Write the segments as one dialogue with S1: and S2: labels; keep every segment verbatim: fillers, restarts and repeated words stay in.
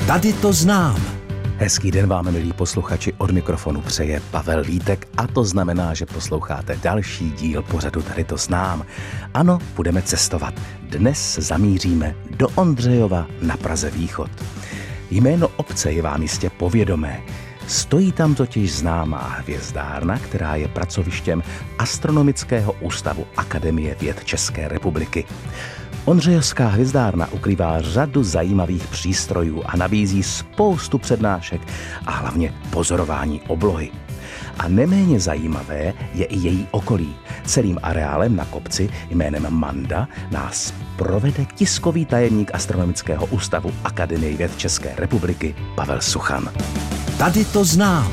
S1: Tady to znám. Hezký den vám, milí posluchači, od mikrofonu přeje Pavel Vítek a to znamená, že posloucháte další díl pořadu Tady to znám. Ano, budeme cestovat. Dnes zamíříme do Ondřejova na Praze východ. Jméno obce je vám jistě povědomé. Stojí tam totiž známá hvězdárna, která je pracovištěm Astronomického ústavu Akademie věd České republiky. Ondřejovská hvězdárna ukrývá řadu zajímavých přístrojů a nabízí spoustu přednášek a hlavně pozorování oblohy. A neméně zajímavé je i její okolí. Celým areálem na kopci jménem Manda nás provede tiskový tajemník Astronomického ústavu Akademie věd České republiky Pavel Suchan. Tady to znám.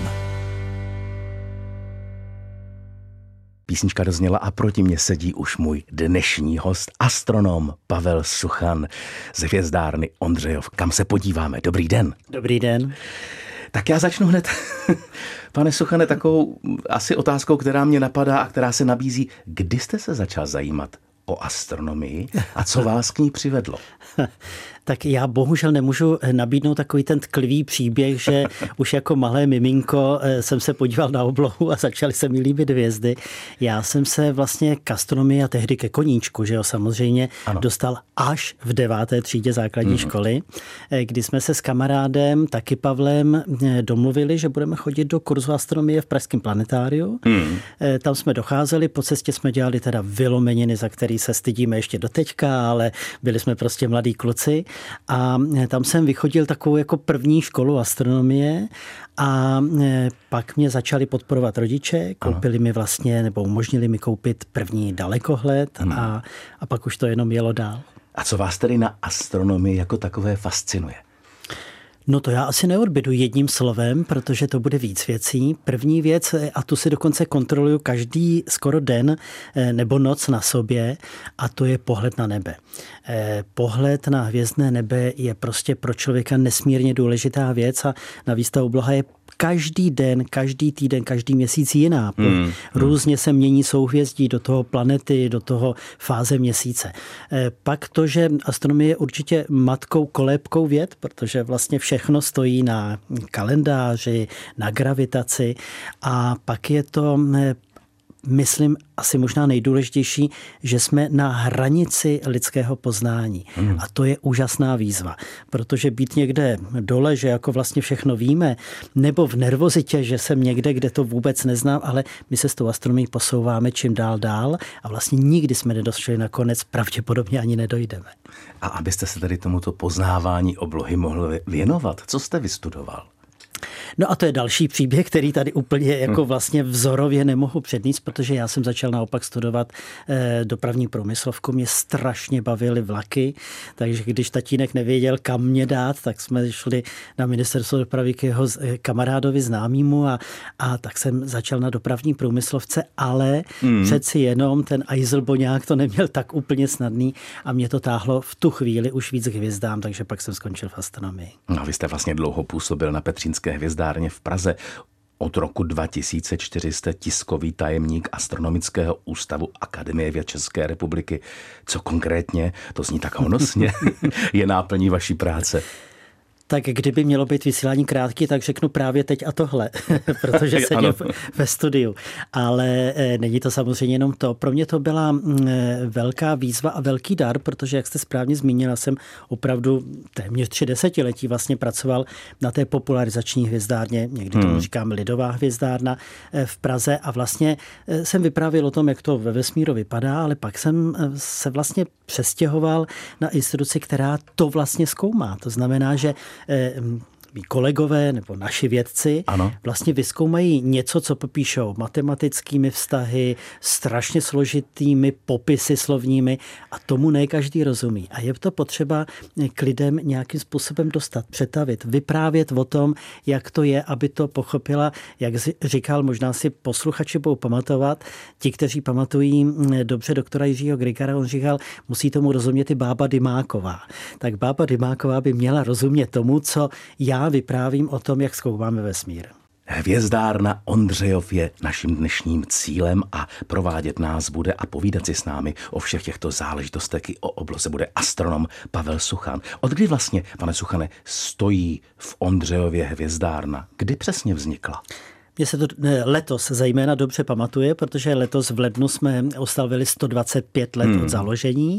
S1: Písnička dozněla a proti mně sedí už můj dnešní host, astronom Pavel Suchan z hvězdárny Ondřejov. Kam se podíváme? Dobrý den.
S2: Dobrý den.
S1: Tak já začnu hned, pane Suchane, takovou asi otázkou, která mě napadá a která se nabízí. Kdy jste se začal zajímat o astronomii a co vás k ní přivedlo?
S2: Tak já bohužel nemůžu nabídnout takový ten tklivý příběh, že už jako malé miminko jsem se podíval na oblohu a začaly se mi líbit hvězdy. Já jsem se vlastně k astronomii a tehdy ke koníčku, že jo, samozřejmě ano. dostal až v deváté třídě základní mm. školy, kdy jsme se s kamarádem, taky Pavlem, domluvili, že budeme chodit do kurzu astronomie v pražském planetáriu. Mm. Tam jsme docházeli, po cestě jsme dělali teda vylomeniny, za který se stydíme ještě doteďka, ale byli jsme prostě mladí kluci. A tam jsem vychodil takovou jako první školu astronomie a pak mě začali podporovat rodiče, koupili mi vlastně, nebo umožnili mi koupit první dalekohled hmm. a, a pak už to jenom jelo dál.
S1: A co vás tedy na astronomii jako takové fascinuje?
S2: No to já asi neodbydu jedním slovem, protože to bude víc věcí. První věc, a tu si dokonce kontroluju každý skoro den nebo noc na sobě, a to je pohled na nebe. Pohled na hvězdné nebe je prostě pro člověka nesmírně důležitá věc a navíc ta obloha je každý den, každý týden, každý měsíc jiná. Mm. Různě se mění souhvězdí do toho planety, do toho fáze měsíce. Pak to, že astronomie je určitě matkou kolébkou věd, protože vlastně všechno stojí na kalendáři, na gravitaci a pak je to, myslím, asi možná nejdůležitější, že jsme na hranici lidského poznání. Hmm. A to je úžasná výzva, protože být někde dole, že jako vlastně všechno víme, nebo v nervozitě, že jsem někde, kde to vůbec neznám, ale my se s tou astronomií posouváme čím dál dál a vlastně nikdy jsme nedošli na konec, pravděpodobně ani nedojdeme.
S1: A abyste se tady tomuto poznávání oblohy mohl věnovat, co jste vystudoval?
S2: No a to je další příběh, který tady úplně jako vlastně vzorově nemohu přednést, protože já jsem začal naopak studovat dopravní průmyslovku. Mě strašně bavily vlaky, takže když tatínek nevěděl, kam mě dát, tak jsme šli na ministerstvo dopravy k jeho kamarádovi známýmu a, a tak jsem začal na dopravní průmyslovce, ale mm. přeci jenom ten Eiselboňák to neměl tak úplně snadný a mě to táhlo v tu chvíli už víc k hvězdám, takže pak jsem skončil v astronomii.
S1: No, vy jste vlastně dlouho působil na Petřínské hvězdárně v Praze. Od roku dva tisíce čtyři jste tiskový tajemník Astronomického ústavu Akademie věd České republiky. Co konkrétně, to zní tak honosně, je náplní vaší práce?
S2: Tak kdyby mělo být vysílání krátký, tak řeknu právě teď a tohle, protože sedím ve studiu. Ale není to samozřejmě jenom to. Pro mě to byla velká výzva a velký dar, protože, jak jste správně zmínila, jsem opravdu téměř tři desetiletí vlastně pracoval na té popularizační hvězdárně, někdy tomu říkáme lidová hvězdárna v Praze a vlastně jsem vyprávěl o tom, jak to ve vesmíru vypadá, ale pak jsem se vlastně přestěhoval na instituci, která to vlastně zkoumá. To znamená, že mí kolegové nebo naši vědci ano. vlastně vyzkoumají něco, co popíšou matematickými vztahy, strašně složitými popisy slovními a tomu ne každý rozumí. A je to potřeba k lidem nějakým způsobem dostat, přetavit, vyprávět o tom, jak to je, aby to pochopila, jak říkal, možná si posluchači budou pamatovat, ti, kteří pamatují dobře doktora Jiřího Grigara, on říkal, musí tomu rozumět i bába Dymáková. Tak bába Dymáková by měla rozumět tomu, co já vyprávím o tom, jak zkoumáme vesmír.
S1: Hvězdárna Ondřejov je naším dnešním cílem a provádět nás bude a povídat si s námi o všech těchto záležitostech i o obloze bude astronom Pavel Suchan. Od kdy vlastně, pane Suchane, stojí v Ondřejově hvězdárna? Kdy přesně vznikla?
S2: Mně se to letos zejména dobře pamatuje, protože letos v lednu jsme oslavili sto dvacet pět let hmm. od založení.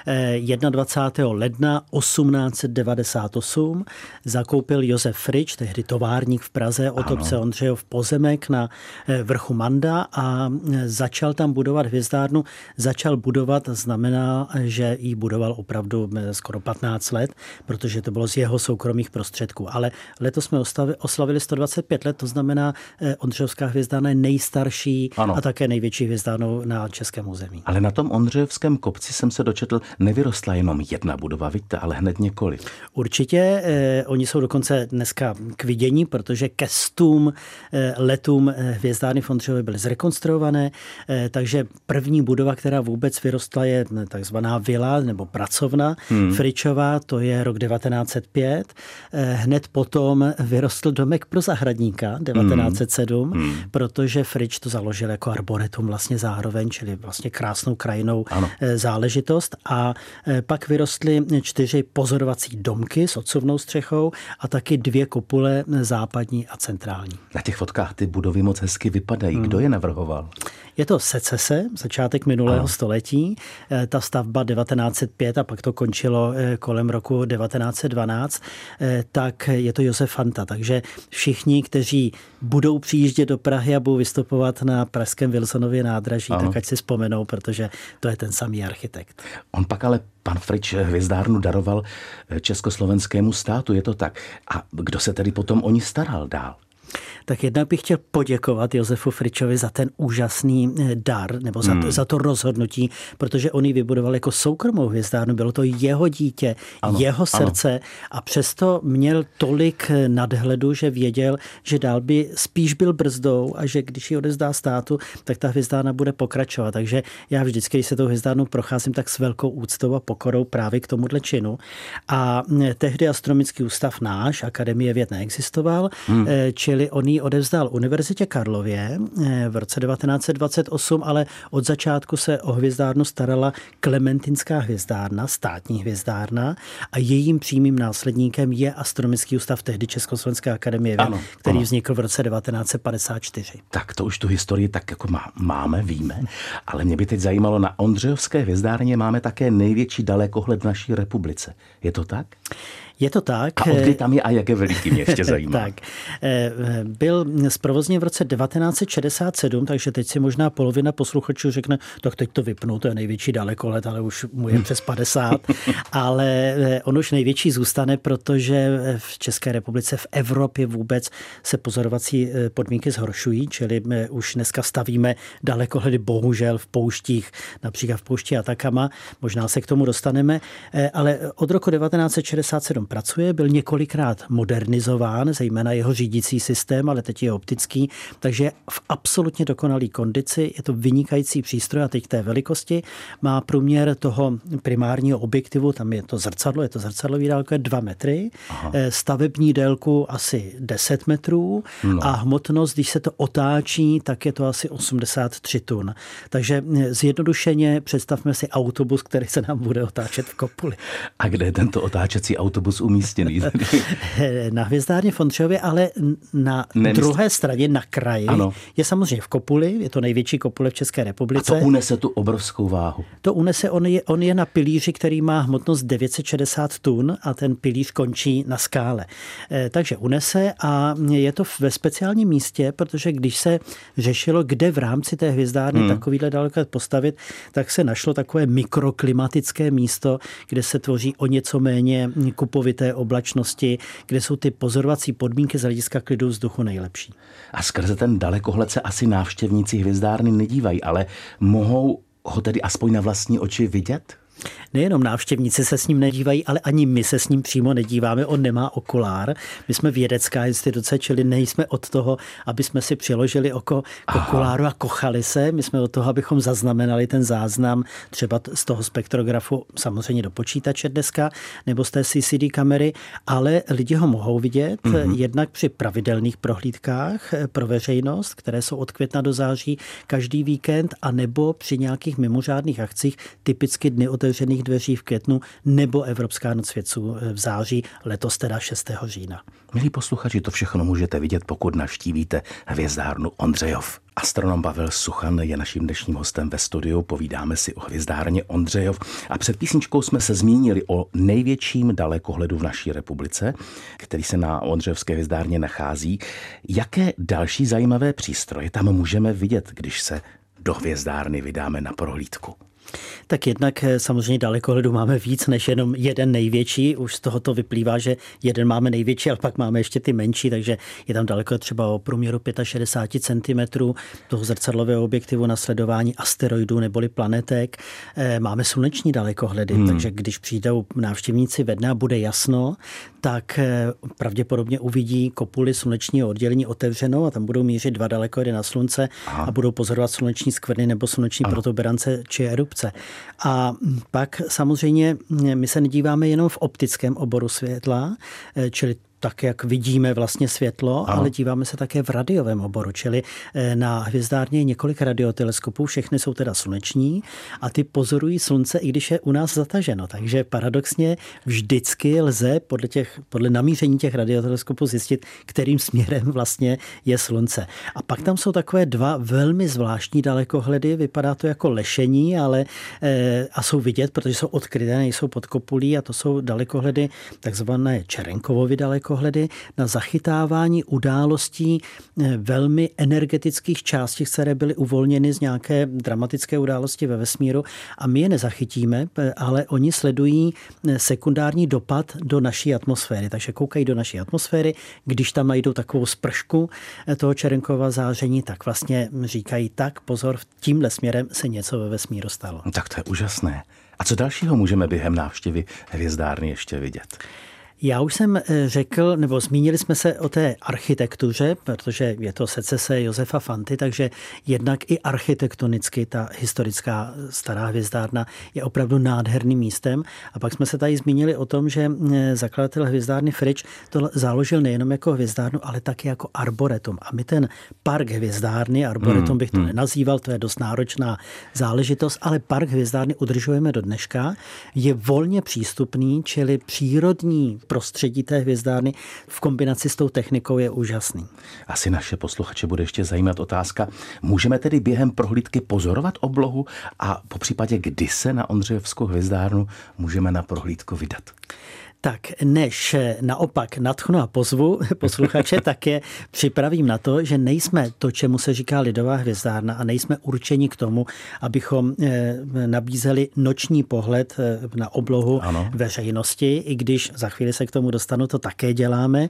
S2: dvacátého prvního ledna osmnáct set devadesát osm zakoupil Josef Frič, tehdy továrník v Praze, od obce Ondřejov pozemek na vrchu Manda a začal tam budovat hvězdárnu. Začal budovat znamená, že ji budoval opravdu skoro patnáct let, protože to bylo z jeho soukromých prostředků. Ale letos jsme oslavili sto dvacet pět let, to znamená, Ondřejovská hvězdárna je nejstarší ano. a také největší hvězdárnou na českém území.
S1: Ale na tom Ondřejovském kopci jsem se dočetl, nevyrostla jenom jedna budova, vidíte, ale hned několik.
S2: Určitě, eh, oni jsou dokonce dneska k vidění, protože ke stům eh, letům hvězdárny v Ondřejově byly zrekonstruované, eh, takže první budova, která vůbec vyrostla, je takzvaná vila nebo pracovna hmm. Fričová, to je rok devatenáct set pět. Eh, hned potom vyrostl domek pro zahradníka devatenáct set sedm, hmm. protože Frič to založil jako arboretum vlastně zároveň, čili vlastně krásnou krajinou ano. záležitost. A pak vyrostly čtyři pozorovací domky s odsuvnou střechou a taky dvě kopule západní a centrální.
S1: Na těch fotkách ty budovy moc hezky vypadají. Hmm. Kdo je navrhoval?
S2: Je to secese, začátek minulého ano. století. Ta stavba devatenáct set pět a pak to končilo kolem roku devatenáct set dvanáct, tak je to Josef Fanta. Takže všichni, kteří budou přijíždět do Prahy a budou vystupovat na pražském Wilsonově nádraží, ano. tak ať si vzpomenou, protože to je ten samý architekt.
S1: On pak ale, pan Frič, hvězdárnu daroval československému státu, je to tak. A kdo se tedy potom o ní staral dál?
S2: Tak jednak bych chtěl poděkovat Josefu Fričovi za ten úžasný dar, nebo za to, hmm. za to rozhodnutí, protože on ji vybudoval jako soukromou hvězdárnu, bylo to jeho dítě, ano, jeho srdce ano. a přesto měl tolik nadhledu, že věděl, že dál by spíš byl brzdou a že když ji odezdá státu, tak ta hvězdárna bude pokračovat. Takže já vždycky, když se tou hvězdárnou procházím, tak s velkou úctou a pokorou právě k tomuhle činu. A tehdy astronomický ústav náš, Akademie věd, neexistoval, hmm. čili on ji odevzdal Univerzitě Karlově v roce devatenáct set dvacet osm, ale od začátku se o hvězdárnu starala Klementinská hvězdárna, státní hvězdárna, a jejím přímým následníkem je Astronomický ústav tehdy Československé akademie věd, ano, který ano. vznikl v roce devatenáct set padesát čtyři.
S1: Tak to už tu historii tak jako má, máme, víme, ale mě by teď zajímalo, na Ondřejovské hvězdárně máme také největší dalekohled v naší republice. Je to tak?
S2: Je to tak.
S1: A od kdy tam je a jak je veliký, mě ještě zajímá.
S2: Tak. Byl zprovozněn v roce devatenáct set šedesát sedm, takže teď si možná polovina posluchačů řekne, tak teď to vypnu, to je největší dalekohled, ale už mu je přes padesát. Ale on už největší zůstane, protože v České republice, v Evropě vůbec se pozorovací podmínky zhoršují, čili my už dneska stavíme dalekohledy bohužel v pouštích, například v poušti Atacama, možná se k tomu dostaneme, ale od roku devatenáct set šedesát sedm pracuje, byl několikrát modernizován, zejména jeho řídící systém, ale teď je optický, takže v absolutně dokonalý kondici, je to vynikající přístroj a teď té velikosti, má průměr toho primárního objektivu, tam je to zrcadlo, je to zrcadlový dálku, je dva metry, aha. stavební délku asi deset metrů no. a hmotnost, když se to otáčí, tak je to asi osmdesát tři tun. Takže zjednodušeně představme si autobus, který se nám bude otáčet v kopuli.
S1: A kde je tento otáčecí autobus umístěný?
S2: Na hvězdárně v Ondřejově, ale na Nemysl... druhé straně, na kraji, ano. je samozřejmě v kopuli, je to největší kopule v České republice.
S1: A to unese tu obrovskou váhu?
S2: To unese, on je, on je na pilíři, který má hmotnost devět set šedesát tun a ten pilíř končí na skále. Takže unese a je to ve speciálním místě, protože když se řešilo, kde v rámci té hvězdárny hmm. takovýhle dalekohled postavit, tak se našlo takové mikroklimatické místo, kde se tvoří o něco méně kupovité oblačnosti, kde jsou ty pozorovací podmínky z hlediska klidu vzduchu nejlepší.
S1: A skrze ten dalekohled se asi návštěvníci hvězdárny nedívají, ale mohou ho tedy aspoň na vlastní oči vidět?
S2: Nejenom návštěvníci se s ním nedívají, ale ani my se s ním přímo nedíváme. On nemá okulár. My jsme vědecká instituce, čili nejsme od toho, aby jsme si přiložili oko k okuláru a kochali se. My jsme od toho, abychom zaznamenali ten záznam třeba z toho spektrografu, samozřejmě do počítače dneska, nebo z té C C D kamery, ale lidi ho mohou vidět mm-hmm. jednak při pravidelných prohlídkách pro veřejnost, které jsou od května do září každý víkend, a nebo při nějakých mimořádných akcích, typicky Dny otevřených dveří v květnu nebo Evropská noc svědců v září, letos teda šestého října.
S1: Milí posluchači, to všechno můžete vidět, pokud navštívíte hvězdárnu Ondřejov. Astronom Pavel Suchan je naším dnešním hostem ve studiu. Povídáme si o hvězdárně Ondřejov a před písničkou jsme se zmínili o největším dalekohledu v naší republice, který se na Ondřejovské hvězdárně nachází. Jaké další zajímavé přístroje tam můžeme vidět, když se do hvězdárny vydáme na prohlídku?
S2: Tak jednak samozřejmě dalekohledu máme víc než jenom jeden největší. Už z tohoto vyplývá, že jeden máme největší, ale pak máme ještě ty menší, takže je tam daleko třeba o průměru šedesát pět centimetrů toho zrcadlového objektivu na sledování asteroidů neboli planetek. Máme sluneční dalekohledy, hmm. takže když přijdou návštěvníci ve dne a bude jasno, tak pravděpodobně uvidí kopuli slunečního oddělení otevřenou a tam budou mířit dva dalekohledy na slunce Aha. a budou pozorovat sluneční skvrny nebo sluneční Aha. protuberance či erupce. A pak samozřejmě my se nedíváme jenom v optickém oboru světla, čili tak, jak vidíme vlastně světlo, ano. ale díváme se také v radiovém oboru, čili na hvězdárně je několik radioteleskopů, všechny jsou teda sluneční a ty pozorují slunce, i když je u nás zataženo. Takže paradoxně vždycky lze podle, těch, podle namíření těch radioteleskopů zjistit, kterým směrem vlastně je slunce. A pak tam jsou takové dva velmi zvláštní dalekohledy, vypadá to jako lešení, ale a jsou vidět, protože jsou odkryté, nejsou pod kopulí, a to jsou dalekohledy, takzvané Čerenkovovy dalekohledy, na zachytávání událostí velmi energetických částic, které byly uvolněny z nějaké dramatické události ve vesmíru, a my je nezachytíme, ale oni sledují sekundární dopad do naší atmosféry. Takže koukají do naší atmosféry, když tam najdou takovou spršku toho Čerenkova záření, tak vlastně říkají, tak pozor, tímhle směrem se něco ve vesmíru stalo.
S1: Tak to je úžasné. A co dalšího můžeme během návštěvy hvězdárny ještě vidět?
S2: Já už jsem řekl, nebo zmínili jsme se o té architektuře, protože je to secese Josefa Fanty, takže jednak i architektonicky ta historická stará hvězdárna je opravdu nádherným místem. A pak jsme se tady zmínili o tom, že zakladatel hvězdárny Frič to založil nejenom jako hvězdárnu, ale taky jako arboretum. A my ten park hvězdárny, arboretum bych to hmm. nenazýval, to je dost náročná záležitost, ale park hvězdárny udržujeme do dneška. Je volně přístupný, čili přírodní prostředí té hvězdárny v kombinaci s tou technikou je úžasný.
S1: Asi naše posluchače bude ještě zajímat otázka. Můžeme tedy během prohlídky pozorovat oblohu a po případě, kdy se na Ondřejovskou hvězdárnu můžeme na prohlídku vydat?
S2: Tak než naopak nadchnu a pozvu posluchače, tak je připravím na to, že nejsme to, čemu se říká lidová hvězdárna, a nejsme určeni k tomu, abychom nabízeli noční pohled na oblohu ano. veřejnosti, i když za chvíli se k tomu dostanu, to také děláme.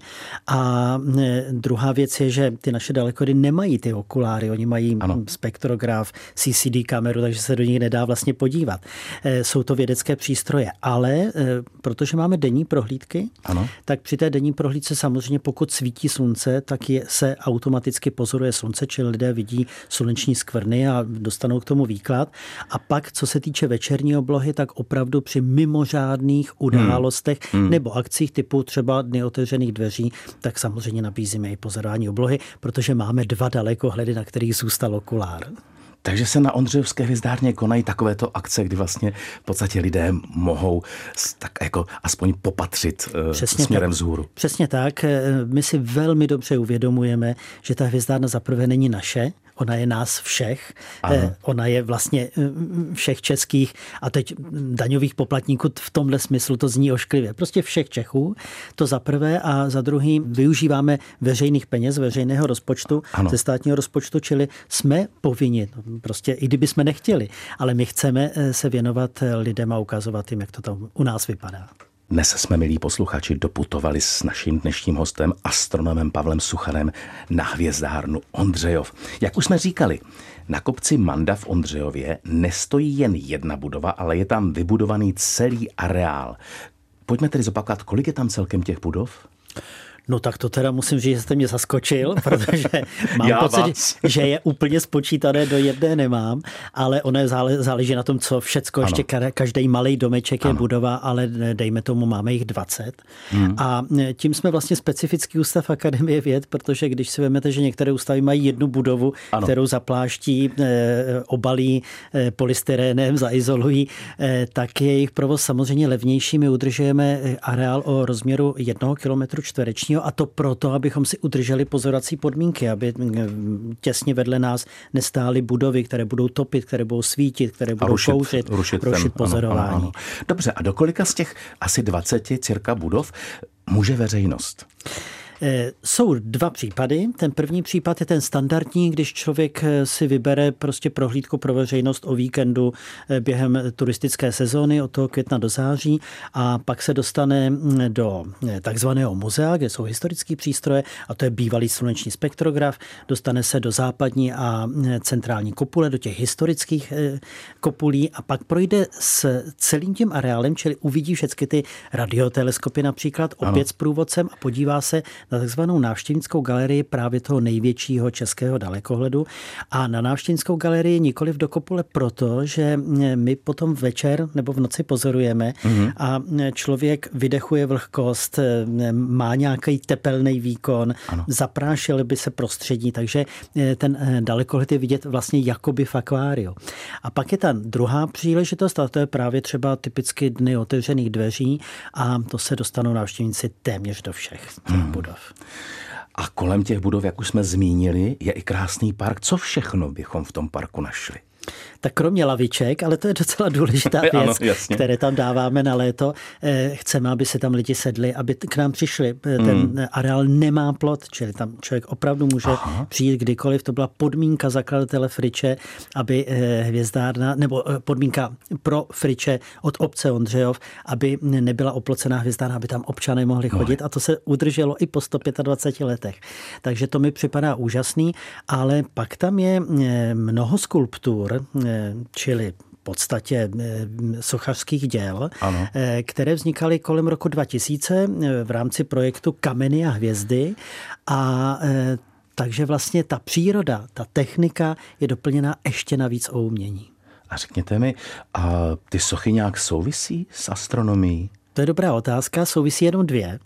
S2: A druhá věc je, že ty naše dalekohledy nemají ty okuláry, oni mají ano. spektrograf, C C D kameru, takže se do nich nedá vlastně podívat. Jsou to vědecké přístroje, ale protože máme denní prohlídky, ano. tak při té denní prohlídce samozřejmě, pokud svítí slunce, tak je, se automaticky pozoruje slunce, čili lidé vidí sluneční skvrny a dostanou k tomu výklad. A pak, co se týče večerní oblohy, tak opravdu při mimořádných událostech hmm. Hmm. nebo akcích typu třeba Dny otevřených dveří, tak samozřejmě nabízíme i pozorování oblohy, protože máme dva dalekohledy, na kterých zůstal okulár.
S1: Takže se na Ondřejovské hvězdárně konají takovéto akce, kdy vlastně v podstatě lidé mohou tak jako aspoň popatřit Přesně směrem
S2: tak.
S1: vzhůru.
S2: Přesně tak. My si velmi dobře uvědomujeme, že ta hvězdárna zaprvé není naše, ona je nás všech, ano. ona je vlastně všech českých a teď daňových poplatníků, v tomhle smyslu to zní ošklivě. Prostě všech Čechů, to za prvé, a za druhý využíváme veřejných peněz, veřejného rozpočtu, ano. ze státního rozpočtu, čili jsme povinni, prostě i kdyby jsme nechtěli, ale my chceme se věnovat lidem a ukazovat jim, jak to tam u nás vypadá.
S1: Dnes jsme, milí posluchači, doputovali s naším dnešním hostem, astronomem Pavlem Suchanem, na hvězdárnu Ondřejov. Jak už jsme říkali, na kopci Manda v Ondřejově nestojí jen jedna budova, ale je tam vybudovaný celý areál. Pojďme tedy zopakovat, kolik je tam celkem těch budov?
S2: No tak to teda musím říct, že jste mě zaskočil, protože mám
S1: Já
S2: pocit,
S1: vás.
S2: že je úplně spočítané, do jedné nemám, ale ono záleží na tom, co všecko, ano. Ještě každý malý domeček je ano. budova, ale dejme tomu, máme jich dvacet. Hmm. A tím jsme vlastně specifický ústav Akademie věd, protože když si vezmete, že některé ústavy mají jednu budovu, ano. kterou zapláští, obalí polystyrénem, zaizolují, tak je jejich provoz samozřejmě levnější. My udržujeme areál o rozměru jednoho kilometru čtverečního, a to proto, abychom si udrželi pozorovací podmínky, aby těsně vedle nás nestály budovy, které budou topit, které budou svítit, které budou
S1: rušit,
S2: kouřit,
S1: rušit,
S2: rušit
S1: ten,
S2: pozorování.
S1: Ano, ano, ano. Dobře, a do kolika z těch asi dvaceti cirka budov může veřejnost?
S2: Jsou dva případy. Ten první případ je ten standardní, když člověk si vybere prostě prohlídku pro veřejnost o víkendu během turistické sezóny od toho května do září a pak se dostane do takzvaného muzea, kde jsou historické přístroje a to je bývalý sluneční spektrograf. Dostane se do západní a centrální kopule, do těch historických kopulí a pak projde s celým tím areálem, čili uvidí všechny ty radioteleskopy například, opět ano. s průvodcem a podívá se na takzvanou návštěvnickou galerii právě toho největšího českého dalekohledu a na návštěvnickou galerii nikoliv do kopule proto, že my potom večer nebo v noci pozorujeme mm-hmm. a člověk vydechuje vlhkost, má nějaký tepelný výkon, ano. zaprášil by se prostředí, takže ten dalekohled je vidět vlastně jakoby v akváriu. A pak je ta druhá příležitost a to je právě třeba typicky dny otevřených dveří a to se dostanou návštěvníci téměř do všech těch hmm. budov.
S1: A kolem těch budov, jak už jsme zmínili, je i krásný park. Co všechno bychom v tom parku našli?
S2: Tak kromě laviček, ale to je docela důležitá věc, ano, které tam dáváme na léto. Chceme, aby se tam lidi sedli, aby k nám přišli. Ten mm. areál nemá plot, čili tam člověk opravdu může Aha. přijít kdykoliv. To byla podmínka zakladatele Friče, aby hvězdárna, nebo podmínka pro Friče od obce Ondřejov, aby nebyla oplocená hvězdárna, aby tam občané mohli chodit. A to se udrželo i po sto dvaceti pěti letech. Takže to mi připadá úžasný, ale pak tam je mnoho skulptur, čili v podstatě sochařských děl, ano. které vznikaly kolem roku dva tisíce v rámci projektu Kameny a hvězdy a takže vlastně ta příroda, ta technika je doplněna ještě navíc o umění.
S1: A řekněte mi, a ty sochy nějak souvisí s astronomií?
S2: To je dobrá otázka, souvisí jenom dvě.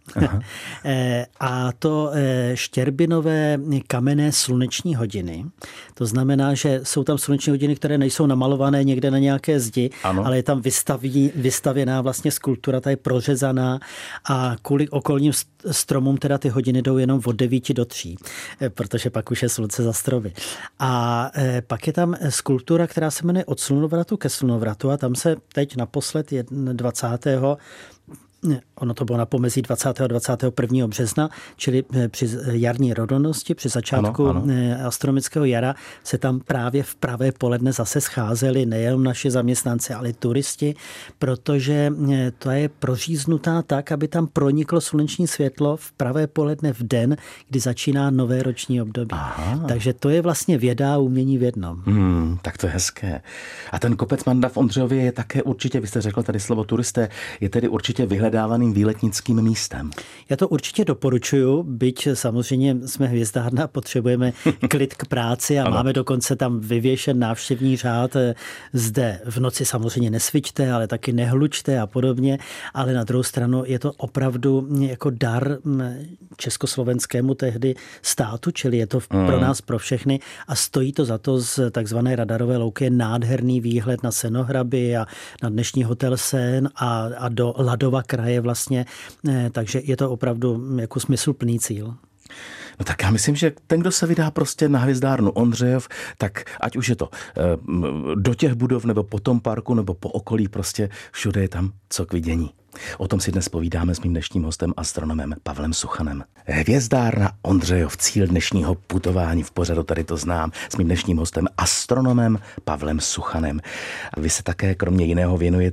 S2: A to štěrbinové kamenné sluneční hodiny. To znamená, že jsou tam sluneční hodiny, které nejsou namalované někde na nějaké zdi, ano. ale je tam vystaví, vystavěná vlastně skulptura, ta je prořezaná a kvůli okolním stromům teda ty hodiny jdou jenom od devíti do tří, protože pak už je slunce za stromy. A pak je tam skulptura, která se jmenuje Od slunovratu ke slunovratu a tam se teď naposled dvacátého Ono to bylo na pomezí dvacátého a dvacátého prvního března, čili při jarní rodonnosti, při začátku ano, ano. astronomického jara se tam právě v pravé poledne zase scházeli nejen naši zaměstnanci, ale i turisti, protože to je proříznutá tak, aby tam proniklo sluneční světlo v pravé poledne v den, kdy začíná nové roční období. Aha. Takže to je vlastně věda a umění v jednom.
S1: Hmm, tak to je hezké. A ten kopec Manda v Ondřejově je také určitě, vy jste řekl tady slovo turisté, je tedy určitě vyhledávaný dávaným výletnickým místem.
S2: Já to určitě doporučuju, byť samozřejmě jsme hvězdárna, potřebujeme klid k práci a ano. máme dokonce tam vyvěšen návštěvní řád. Zde v noci samozřejmě nesvičte, ale taky nehlučte a podobně, ale na druhou stranu je to opravdu jako dar československému tehdy státu, čili je to pro mm. nás, pro všechny a stojí to za to. Z takzvané radarové louky je nádherný výhled na Senohraby a na dnešní hotel Sen a, a do Ladova kraje vlastně, takže je to opravdu jako smysluplný cíl.
S1: No tak já myslím, že ten, kdo se vydá prostě na hvězdárnu Ondřejov, tak ať už je to do těch budov, nebo po tom parku, nebo po okolí, prostě všude je tam co k vidění. O tom si dnes povídáme s mým dnešním hostem, astronomem Pavlem Suchanem. Hvězdárna Ondřejov, cíl dnešního putování v pořadu Tady to znám, s mým dnešním hostem, astronomem Pavlem Suchanem. Vy se také kromě jiného věnujete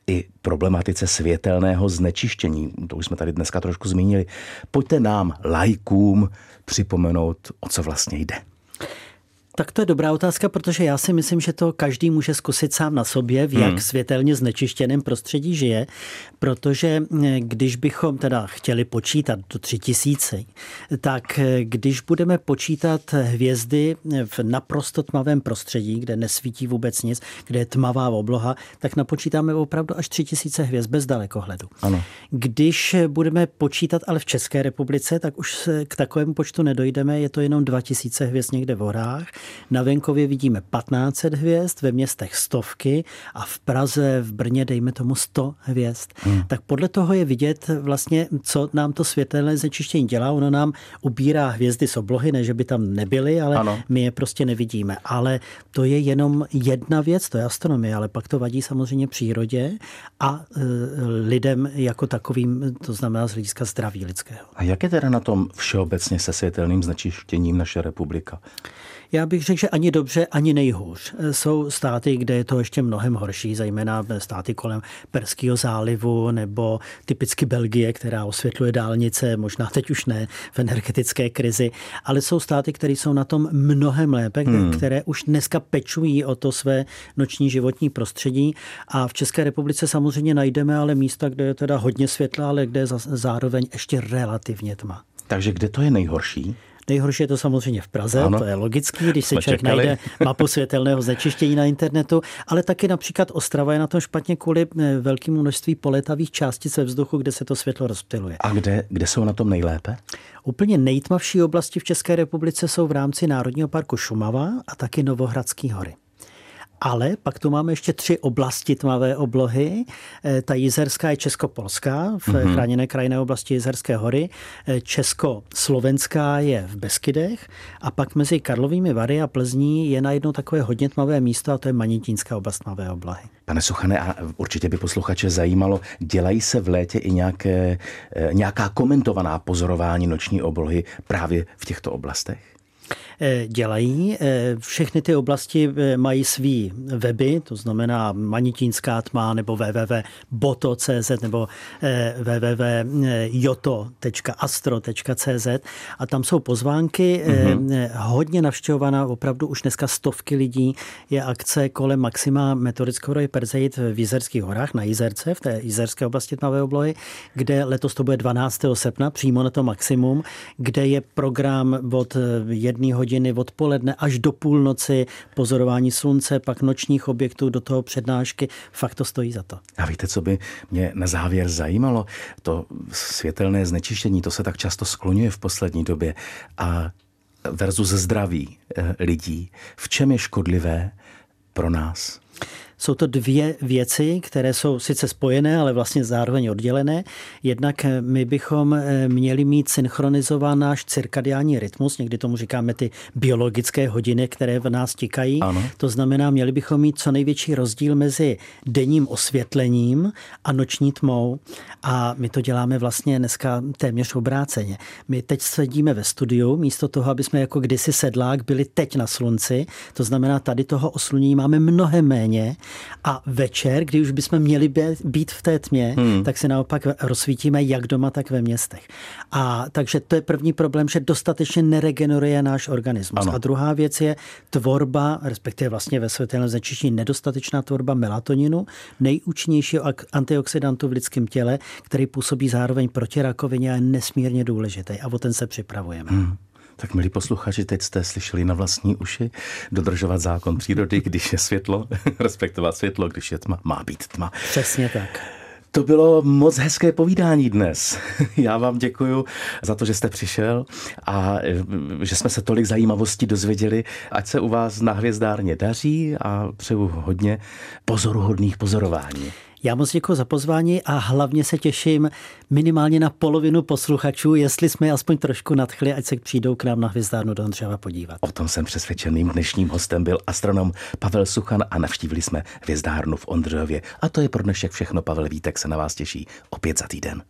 S1: i problematice světelného znečištění. To už jsme tady dneska trošku zmínili. Pojďte nám, laikům, připomenout, o co vlastně jde.
S2: Tak to je dobrá otázka, protože já si myslím, že to každý může zkusit sám na sobě, v jak hmm. světelně znečištěném prostředí žije, protože když bychom teda chtěli počítat do tři tisíce, tak když budeme počítat hvězdy v naprosto tmavém prostředí, kde nesvítí vůbec nic, kde je tmavá obloha, tak napočítáme opravdu až tři tisíce hvězd bez dalekohledu.
S1: Ano.
S2: Když budeme počítat ale v České republice, tak už k takovému počtu nedojdeme, je to jenom dva tisíce hvězd někde v horách. Na venkově vidíme patnáct set hvězd, ve městech stovky a v Praze, v Brně dejme tomu sto hvězd. Hmm. Tak podle toho je vidět vlastně, co nám to světelné znečištění dělá. Ono nám ubírá hvězdy z oblohy, ne, že by tam nebyly, ale ano. my je prostě nevidíme. Ale to je jenom jedna věc, to je astronomie, ale pak to vadí samozřejmě přírodě a e, lidem jako takovým, to znamená z hlediska zdraví lidského.
S1: A jak je teda na tom všeobecně se světelným znečištěním naše republika?
S2: Já bych řekl, že ani dobře, ani nejhůř. Jsou státy, kde je to ještě mnohem horší, zejména státy kolem Perského zálivu nebo typicky Belgie, která osvětluje dálnice, možná teď už ne v energetické krizi, ale jsou státy, které jsou na tom mnohem lépe, hmm. které už dneska pečují o to své noční životní prostředí a v České republice samozřejmě najdeme ale místa, kde je teda hodně světla, ale kde je zároveň ještě relativně tma.
S1: Takže kde to je nejhorší?
S2: Nejhorší je to samozřejmě v Praze, ano. To je logický, když se člověk
S1: čekali.
S2: najde mapu světelného znečištění na internetu, ale taky například Ostrava je na tom špatně kvůli velkému množství polétavých částic ve vzduchu, kde se to světlo rozptyluje.
S1: A kde, kde jsou na tom nejlépe?
S2: Úplně nejtmavší oblasti v České republice jsou v rámci Národního parku Šumava a taky Novohradské hory. Ale pak tu máme ještě tři oblasti tmavé oblohy. Ta jizerská je českopolská v mm-hmm. chráněné krajinné oblasti Jizerské hory. Československá je v Beskydech a pak mezi Karlovými Vary a Plzní je najednou takové hodně tmavé místo a to je Manitínská oblast tmavé oblohy.
S1: Pane Suchane, a určitě by posluchače zajímalo, dělají se v létě i nějaké, nějaká komentovaná pozorování noční oblohy právě v těchto oblastech?
S2: Dělají. Všechny ty oblasti mají svý weby, to znamená Manitínská tma nebo w w w tečka boto tečka c z nebo w w w tečka joto tečka astro tečka c z a tam jsou pozvánky. Mm-hmm. Hodně navštěvovaná, opravdu už dneska stovky lidí. Je akce kolem maxima meteorického roje Perseid v Jizerských horách na Jizerce, v té jizerské oblasti tmavé oblohy, kde letos to bude dvanáctého srpna, přímo na to maximum, kde je program od jedné hodiny odpoledne až do půlnoci, pozorování slunce, pak nočních objektů, do toho přednášky. Fakt to stojí za to.
S1: A víte, co by mě na závěr zajímalo? To světelné znečištění, to se tak často skloňuje v poslední době. A versus zdraví lidí. V čem je škodlivé pro nás?
S2: Jsou to dvě věci, které jsou sice spojené, ale vlastně zároveň oddělené. Jednak my bychom měli mít synchronizován náš cirkadiální rytmus, někdy tomu říkáme ty biologické hodiny, které v nás tikají. Ano. To znamená, měli bychom mít co největší rozdíl mezi denním osvětlením a noční tmou. A my to děláme vlastně dneska téměř obráceně. My teď sedíme ve studiu, místo toho, aby jsme jako kdysi sedlák byli teď na slunci. To znamená, tady toho oslunění máme mnohem méně. A večer, kdy už bychom měli být v té tmě, hmm. tak se naopak rozsvítíme jak doma, tak ve městech. A takže to je první problém, že dostatečně neregeneruje náš organismus. Ano. A druhá věc je tvorba, respektive vlastně ve světelném znečištění nedostatečná tvorba melatoninu, nejúčinnějšího antioxidantu v lidském těle, který působí zároveň proti rakovině a je nesmírně důležitý. A o ten se připravujeme. Hmm.
S1: Tak milí posluchači, teď jste slyšeli na vlastní uši dodržovat zákon přírody, když je světlo, respektovat světlo, když je tma, má být tma.
S2: Přesně tak.
S1: To bylo moc hezké povídání dnes. Já vám děkuju za to, že jste přišel a že jsme se tolik zajímavostí dozvěděli. Ať se u vás na hvězdárně daří a přeju hodně pozoruhodných pozorování.
S2: Já moc děkuji za pozvání a hlavně se těším minimálně na polovinu posluchačů, jestli jsme aspoň trošku nadchli, ať se přijdou k nám na hvězdárnu do Ondřejova podívat.
S1: O tom jsem přesvědčeným. Dnešním hostem byl astronom Pavel Suchan a navštívili jsme hvězdárnu v Ondřejově. A to je pro dnešek všechno. Pavel Vítek se na vás těší opět za týden.